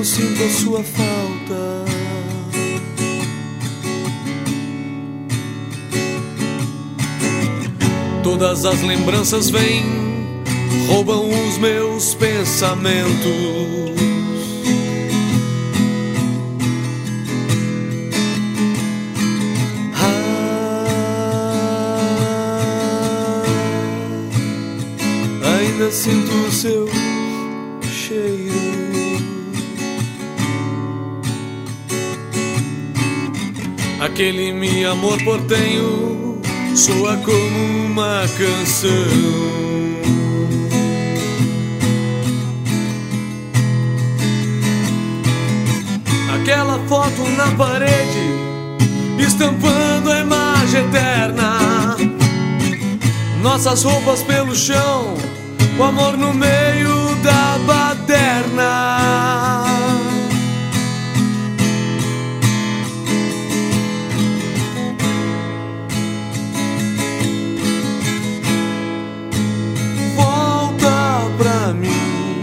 como sinto a sua falta. Todas as lembranças vêm, roubam os meus pensamentos. Ainda sinto o seu cheiro. Aquele meu amor portenho soa como uma canção. Aquela foto na parede, estampando a imagem eterna. Nossas roupas pelo chão, o amor no meio da baderna. Volta pra mim.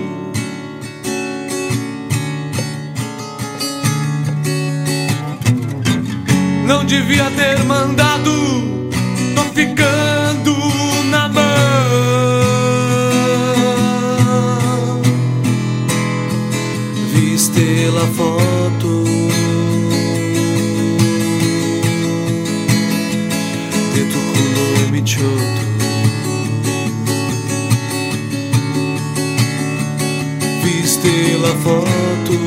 Não devia ter mandado, tô ficando na mão. Viste la foto de tu culo michoto. Viste la foto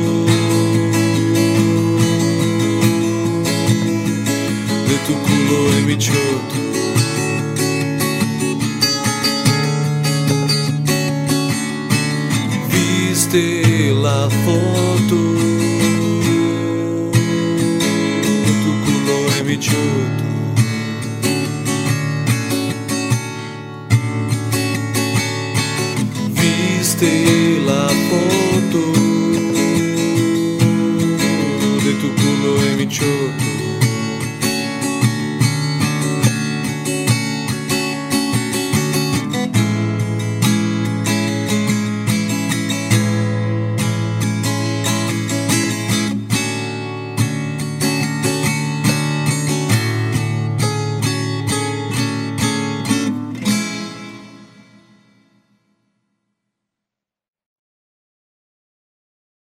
de tu culo michoto. Viste la foto de tu culo michoto. Viste la foto de tu culo michoto.